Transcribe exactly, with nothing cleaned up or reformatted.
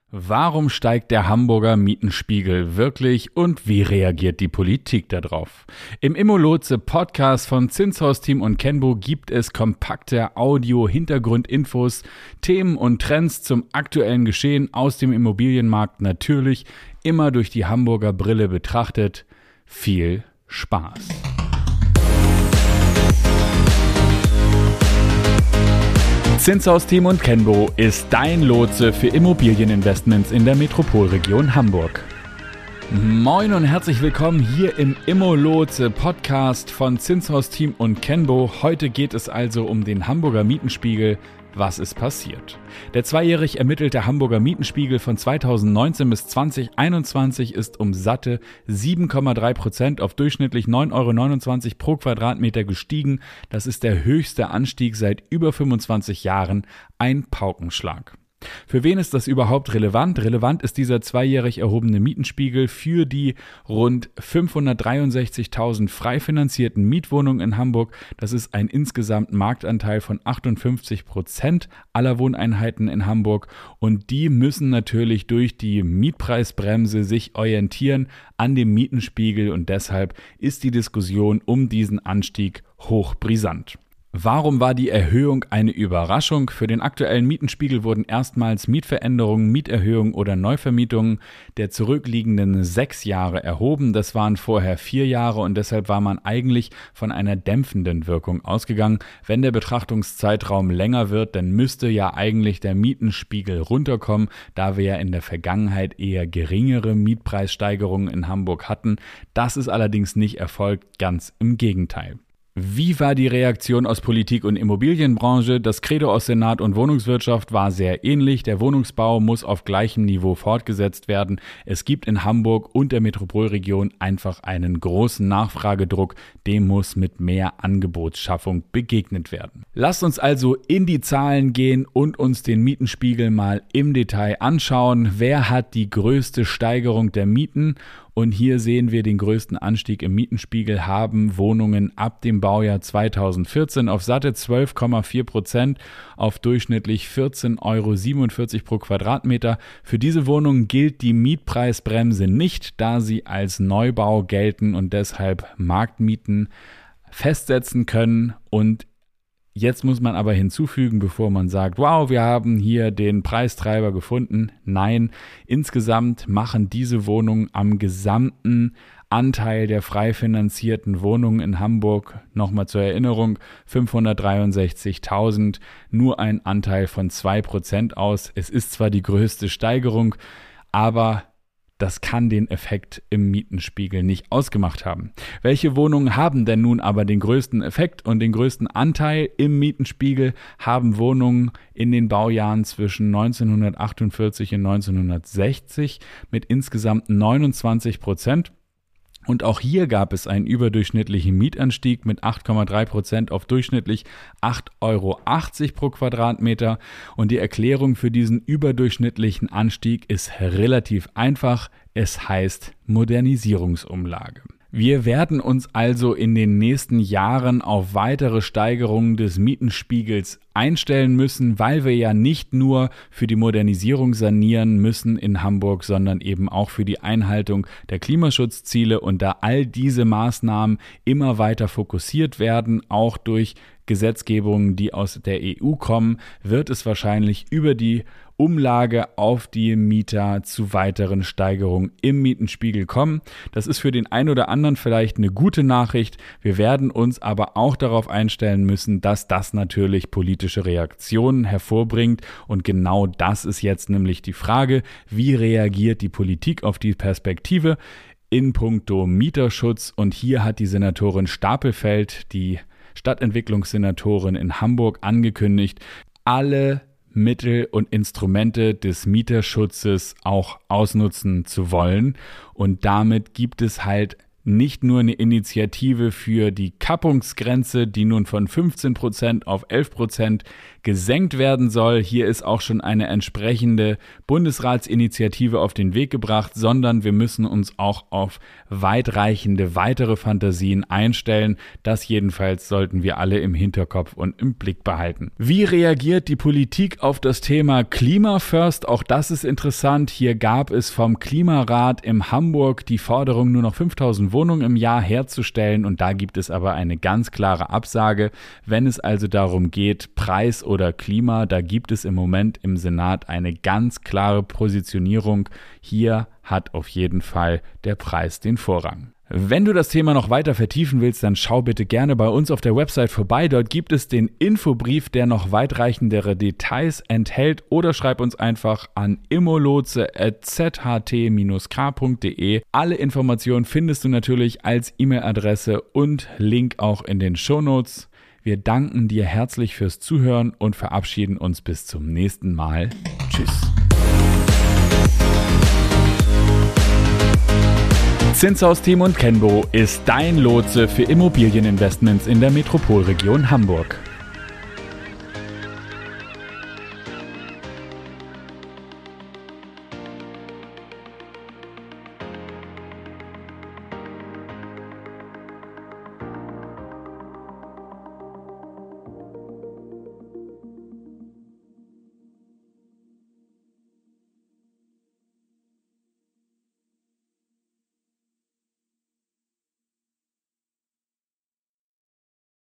Warum steigt der Hamburger Mietenspiegel wirklich und wie reagiert die Politik darauf? Im Immolotse-Podcast von Zinshaus Team und Kenbo gibt es kompakte Audio-Hintergrundinfos, Themen und Trends zum aktuellen Geschehen aus dem Immobilienmarkt, natürlich immer durch die Hamburger Brille betrachtet. Viel Spaß! Zinshaus Team und Kenbo ist dein Lotse für Immobilieninvestments in der Metropolregion Hamburg. Moin und herzlich willkommen hier im Immolotse Podcast von Zinshaus Team und Kenbo. Heute geht es also um den Hamburger Mietenspiegel. Was ist passiert? Der zweijährig ermittelte Hamburger Mietenspiegel von zweitausendneunzehn bis zweitausendeinundzwanzig ist um satte sieben Komma drei Prozent auf durchschnittlich neun Euro neunundzwanzig pro Quadratmeter gestiegen. Das ist der höchste Anstieg seit über fünfundzwanzig Jahren. Ein Paukenschlag. Für wen ist das überhaupt relevant? Relevant ist dieser zweijährig erhobene Mietenspiegel für die rund fünfhundertdreiundsechzigtausend frei finanzierten Mietwohnungen in Hamburg. Das ist ein insgesamt Marktanteil von achtundfünfzig Prozent aller Wohneinheiten in Hamburg. Und die müssen natürlich durch die Mietpreisbremse sich orientieren an dem Mietenspiegel. Und deshalb ist die Diskussion um diesen Anstieg hochbrisant. Warum war die Erhöhung eine Überraschung? Für den aktuellen Mietenspiegel wurden erstmals Mietveränderungen, Mieterhöhungen oder Neuvermietungen der zurückliegenden sechs Jahre erhoben. Das waren vorher vier Jahre und deshalb war man eigentlich von einer dämpfenden Wirkung ausgegangen. Wenn der Betrachtungszeitraum länger wird, dann müsste ja eigentlich der Mietenspiegel runterkommen, da wir ja in der Vergangenheit eher geringere Mietpreissteigerungen in Hamburg hatten. Das ist allerdings nicht erfolgt, ganz im Gegenteil. Wie war die Reaktion aus Politik und Immobilienbranche? Das Credo aus Senat und Wohnungswirtschaft war sehr ähnlich. Der Wohnungsbau muss auf gleichem Niveau fortgesetzt werden. Es gibt in Hamburg und der Metropolregion einfach einen großen Nachfragedruck. Dem muss mit mehr Angebotsschaffung begegnet werden. Lasst uns also in die Zahlen gehen und uns den Mietenspiegel mal im Detail anschauen. Wer hat die größte Steigerung der Mieten? Und hier sehen wir den größten Anstieg im Mietenspiegel, haben Wohnungen ab dem Baujahr zweitausendvierzehn auf satte zwölf Komma vier Prozent auf durchschnittlich vierzehn Euro siebenundvierzig pro Quadratmeter. Für diese Wohnungen gilt die Mietpreisbremse nicht, da sie als Neubau gelten und deshalb Marktmieten festsetzen können. Und jetzt muss man aber hinzufügen, bevor man sagt, wow, wir haben hier den Preistreiber gefunden. Nein, insgesamt machen diese Wohnungen am gesamten Anteil der frei finanzierten Wohnungen in Hamburg, nochmal zur Erinnerung, fünfhundertdreiundsechzigtausend, nur ein Anteil von zwei Prozent aus. Es ist zwar die größte Steigerung, aber das kann den Effekt im Mietenspiegel nicht ausgemacht haben. Welche Wohnungen haben denn nun aber den größten Effekt und den größten Anteil im Mietenspiegel? Haben Wohnungen in den Baujahren zwischen neunzehnhundertachtundvierzig und neunzehnhundertsechzig mit insgesamt neunundzwanzig Prozent. Und auch hier gab es einen überdurchschnittlichen Mietanstieg mit acht Komma drei Prozent auf durchschnittlich acht Euro achtzig pro Quadratmeter. Und die Erklärung für diesen überdurchschnittlichen Anstieg ist relativ einfach. Es heißt Modernisierungsumlage. Wir werden uns also in den nächsten Jahren auf weitere Steigerungen des Mietenspiegels einstellen müssen, weil wir ja nicht nur für die Modernisierung sanieren müssen in Hamburg, sondern eben auch für die Einhaltung der Klimaschutzziele. Und da all diese Maßnahmen immer weiter fokussiert werden, auch durch Gesetzgebungen, die aus der E U kommen, wird es wahrscheinlich über die Umlage auf die Mieter zu weiteren Steigerungen im Mietenspiegel kommen. Das ist für den einen oder anderen vielleicht eine gute Nachricht. Wir werden uns aber auch darauf einstellen müssen, dass das natürlich politische Reaktionen hervorbringt. Und genau das ist jetzt nämlich die Frage, wie reagiert die Politik auf die Perspektive in puncto Mieterschutz? Und hier hat die Senatorin Stapelfeld, die Stadtentwicklungssenatorin in Hamburg, angekündigt, alle Mittel und Instrumente des Mieterschutzes auch ausnutzen zu wollen. Und damit gibt es halt nicht nur eine Initiative für die Kappungsgrenze, die nun von fünfzehn Prozent auf elf Prozent gesenkt werden soll. Hier ist auch schon eine entsprechende Bundesratsinitiative auf den Weg gebracht, sondern wir müssen uns auch auf weitreichende weitere Fantasien einstellen. Das jedenfalls sollten wir alle im Hinterkopf und im Blick behalten. Wie reagiert die Politik auf das Thema Klima First? Auch das ist interessant. Hier gab es vom Klimarat in Hamburg die Forderung, nur noch fünftausend Wohnungen im Jahr herzustellen, und da gibt es aber eine ganz klare Absage. Wenn es also darum geht, Preis oder Klima, da gibt es im Moment im Senat eine ganz klare Positionierung. Hier hat auf jeden Fall der Preis den Vorrang. Wenn du das Thema noch weiter vertiefen willst, dann schau bitte gerne bei uns auf der Website vorbei. Dort gibt es den Infobrief, der noch weitreichendere Details enthält, oder schreib uns einfach an immolotse at z h t k punkt d e. Alle Informationen findest du natürlich als E-Mail-Adresse und Link auch in den Shownotes. Wir danken dir herzlich fürs Zuhören und verabschieden uns bis zum nächsten Mal. Tschüss. Zinshaus Thieme und Kenbo ist dein Lotse für Immobilieninvestments in der Metropolregion Hamburg.